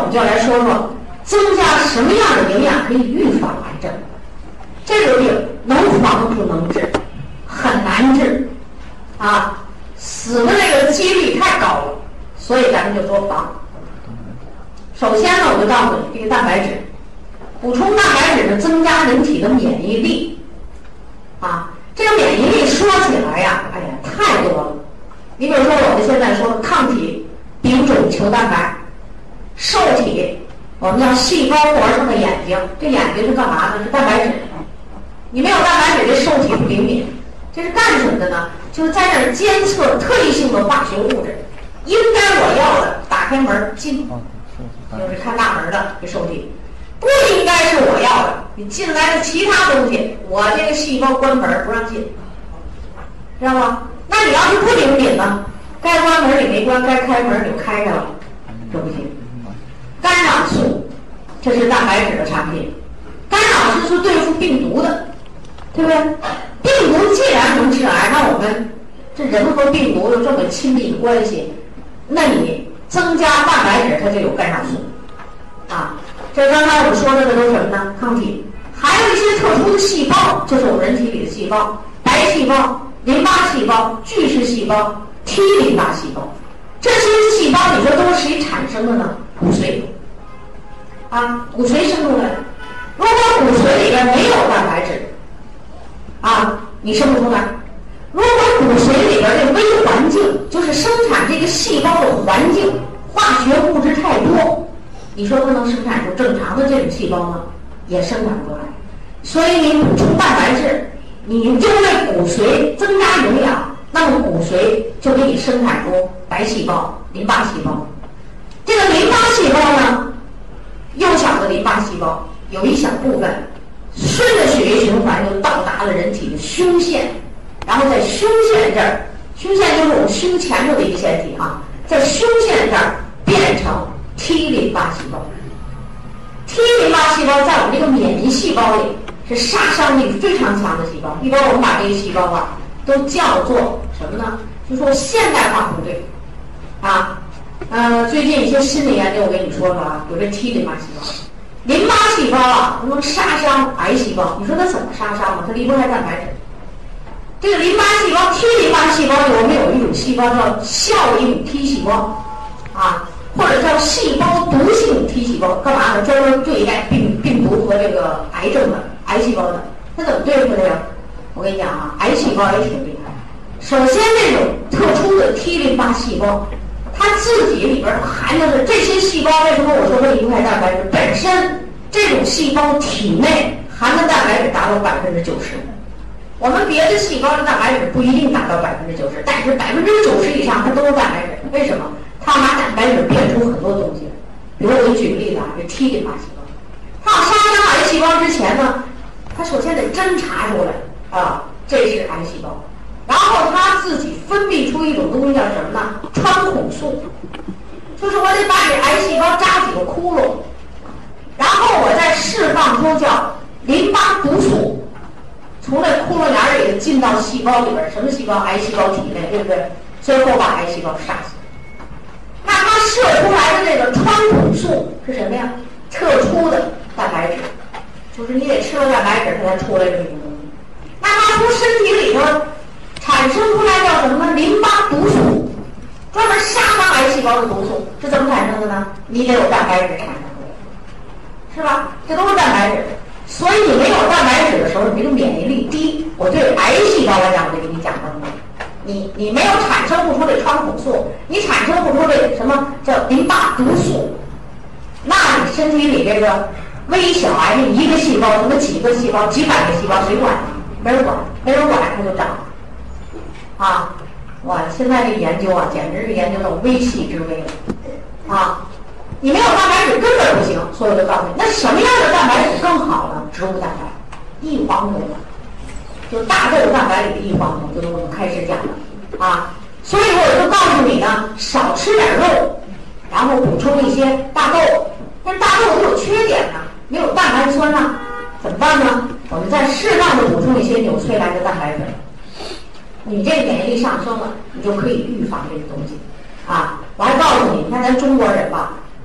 们就来说说增加什么样的营养可以预防癌症。这个病能防不能治，很难治啊，死的那个几率太高了，所以咱们就说防。首先呢，我就告诉你，这个蛋白质，补充蛋白质呢，增加人体的免疫力啊。这个免疫力说起来呀，哎呀，太多了。你比如说，我们现在说抗体、丙种球蛋白、受体，我们叫细胞膜上的眼睛，这眼睛是干嘛呢？是蛋白质。你没有蛋白质，这受体不灵敏。这是干什么的呢？就是在那儿监测特异性的化学物质，应该我要的，打开门进，就是看大门的这受体。不应该是我要的，你进来的其他东西，我这个细胞关门不让进，知道吗？那你要是不灵敏呢？该关门你没关，该开门你就开开了，这不行。干扰素，这是蛋白质的产品。干扰素是对付病毒的，对不对？病毒既然能致癌，那我们这人和病毒有这么亲密的关系，那你增加蛋白质，它就有干扰素啊。这刚才我们说的都是什么呢？抗体，还有一些特殊的细胞，就是我们人体里的细胞，白细胞、淋巴细胞、巨噬细胞、T 淋巴细胞。这些细胞你说都是谁产生的呢？骨髓啊，骨髓生出来的。如果骨髓里边没有蛋白质啊，你生不出来。如果骨髓里边的微环境，就是生产这个细胞的环境，化学物质太多，你说它能生产出正常的这种细胞吗？也生产不出来。所以你补充蛋白质，你就为骨髓增加营养，那么骨髓就给你生产出白细胞、淋巴细胞。这个淋巴细胞呢，幼小的淋巴细胞有一小部分顺着血液循环就到达了人体的胸腺，然后在胸腺这儿，胸腺就是我们胸前头的一个腺体啊，在胸腺这儿变成 T 淋巴细胞。T 淋巴细胞在我们这个免疫细胞里是杀伤力非常强的细胞，一般我们把这些细胞啊都叫做什么呢？就说现代化部队啊。最近一些新的研究我跟你说了啊，有这 T 淋巴细胞。淋巴细胞啊，能杀伤癌细胞。你说它怎么杀伤呢？它离不开蛋白质。这个淋巴细胞 T 淋巴细胞里，我们有一种细胞叫效应 T 细胞啊，或者叫细胞毒性 T 细胞，干嘛呢？专门对待病毒和这个癌症的癌细胞的。它怎么对付的呀？我跟你讲啊，癌细胞也挺厉害。首先，这种特殊的 T 淋巴细胞，它自己里边含的是这些细胞。为什么我说它离不开蛋白质？本身这种细胞体内含的蛋白质达到90%。我们别的细胞的蛋白质不一定达到90%，但是90%以上它都是蛋白质。为什么？它拿蛋白质变出很多东西。比如我举个例子啊，这 T 淋巴细胞，它要杀伤癌细胞之前呢，它首先得侦查出来啊，这是癌细胞。然后它自己分泌出一种东西叫什么呢？穿孔素，就是我得把这癌细胞扎几个窟窿，然后我再释放出叫淋巴毒素，从这窟窿眼里进到细胞里边，什么细胞？癌细胞体内，对不对？最后把癌细胞杀死。那它射出来的这个穿孔素是什么呀？特殊的蛋白质，就是你得吃了蛋白质它才出来这么一种东西。那它从身体里头产生出来叫什么呢？淋巴毒素，专门杀伤癌细胞的毒素是怎么产生的呢？你得有蛋白质产生的，是吧？这都是蛋白质。所以你没有蛋白质的时候，你这个免疫力低。我对癌细胞来讲，我就给你讲了，你没有产生不出这穿孔素，你产生不出这什么叫淋巴毒素，那你身体里这个微小癌，你一个细胞什么几个细胞、几百个细胞，谁管？没人管，没人管它就长。啊，哇！现在这研究啊，简直是研究到微细之微了，啊！你没有蛋白质根本不行，所以我就告诉你，那什么样的蛋白质更好呢？植物蛋白，异黄酮，就大豆蛋白里的异黄酮，就是我们开始讲的啊。所以我就告诉你呢，少吃点肉，然后补充一些大豆，但是大豆有缺点呢，没有蛋白酸呢，怎么办呢？我们再适当的补充一些纽崔莱的蛋白粉。你这免疫力上升了，你就可以预防这个东西啊！我还告诉你，你看咱中国人吧，我还告诉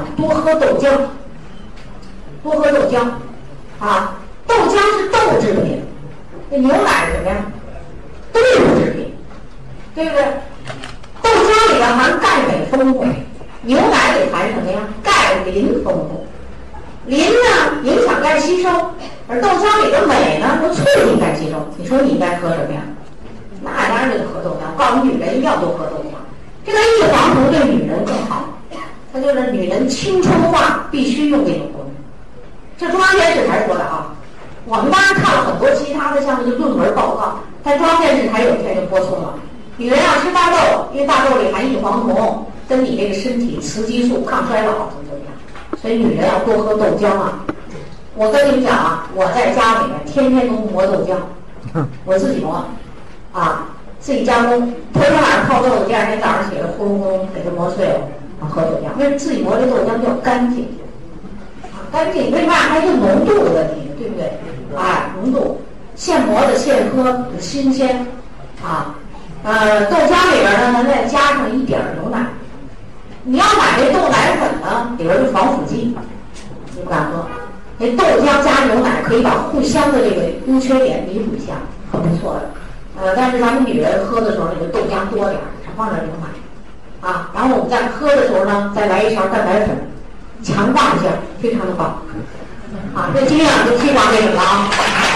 啊，多喝豆浆，多喝豆浆啊。豆浆是豆制品，那牛奶是什么呀？动物制品，对不对？豆浆里边含钙镁丰富，牛奶里含什么呀？钙磷丰富。磷呢影响钙吸收，而豆浆里的镁呢又促进钙吸收。你说你应该喝什么呀？那当然就是喝豆浆。我告诉女人一定要多喝豆浆。这个异黄酮对女人更好，它就是女人青春化必须用这种东西。这中央电视台说的啊。我们当然看了很多其他的像这个论文报告，但中央电视台有一天就播送了。女人要吃大豆，因为大豆里含异黄酮，跟你这个身体雌激素抗衰老怎么样？所以女人要多喝豆浆啊！我跟你们讲啊，我在家里面天天都磨豆浆，我自己磨啊，自己加工，头天晚上泡豆子，第二天早上起来呼噜呼噜给它磨碎了，喝豆浆。因为自己磨这豆浆比较干净。干净，为嘛还有浓度的问题，对不对？哎，浓度，现磨的现喝新鲜，啊，豆浆里边呢，咱再加上一点牛奶。你要买这豆奶粉呢，里边是防腐剂，你不敢喝。那豆浆加牛奶可以把互相的这个优缺点弥补一下，很不错的。但是咱们女人喝的时候，这个豆浆多点，少放点牛奶，啊，然后我们在喝的时候呢，再来一勺蛋白粉。强化一下，非常的棒，啊，这营养就非常那什么啊，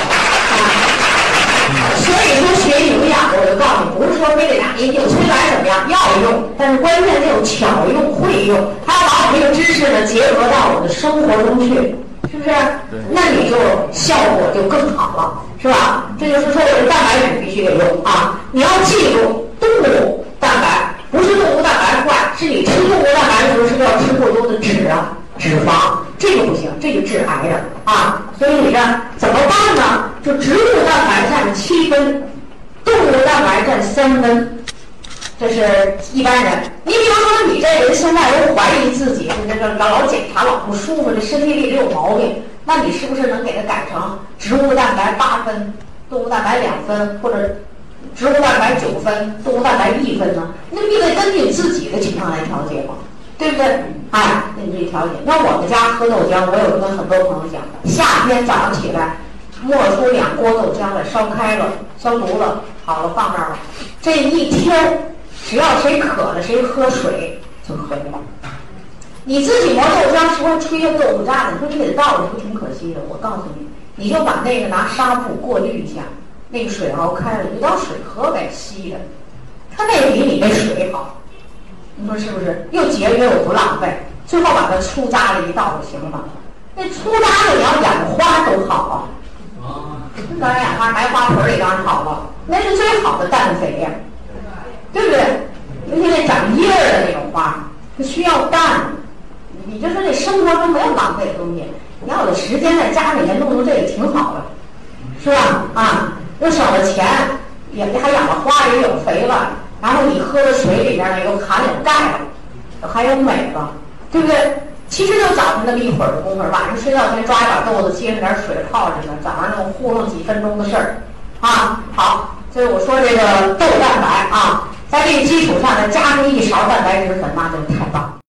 所以说学营养，我就告诉你，不是说非得拿你纽崔莱怎么样，要用，但是关键得有巧用、会用，还要把我们这个知识呢结合到我们的生活中去，是不是？那你就效果就更好了，是吧？这就是说，我的蛋白质必须得用啊，你要记住，动物蛋白。不是动物蛋白坏，是你吃动物蛋白的时候是不是要吃过多的脂肪？这个不行，这个致癌的啊！所以你看怎么办呢？就植物蛋白占7分，动物蛋白占3分，这是一般人。你比方说你这人现在都怀疑自己，这老检查老不舒服，这身体里这有毛病，那你是不是能给它改成植物蛋白8分，动物蛋白2分，或者？植物蛋白9分，动物蛋白1分呢？那你得根据你自己的情况来调节嘛，对不对？哎，那你自己调节。那我们家喝豆浆，我有跟很多朋友讲，夏天早上起来磨出2锅豆浆来，烧开了，消毒了，好了，放这儿了。这一天，只要谁渴了，谁喝水就可以了。你自己磨豆浆，是不是吹些豆腐渣子？你说你给它倒了，不挺可惜的？我告诉你，你就把那个拿纱布过滤一下。那个水熬开了，你当水喝呗，稀的，它那比你那水好，你说是不是？又节约又不浪费，最后把它粗渣子一倒就行了。那粗渣子你要养花都好啊，当然养花埋花盆里当然好了，那是最好的氮肥呀，对不对？尤其那长叶儿的那种花，它需要氮。你就说这生活中没有浪费的东西，你要有时间在家里面弄弄这也挺好的，是吧？啊。又省了钱，也还养了花，也有肥了，然后你喝的水里边呢又含有钙了，还有镁了，对不对？其实就早上那么一会儿的功夫，晚上睡觉前抓一把豆子，接上点水泡着呢，早上那么糊弄几分钟的事儿，啊，好，所以我说这个豆蛋白啊，在这个基础上再加上1勺蛋白质粉，那就太棒了。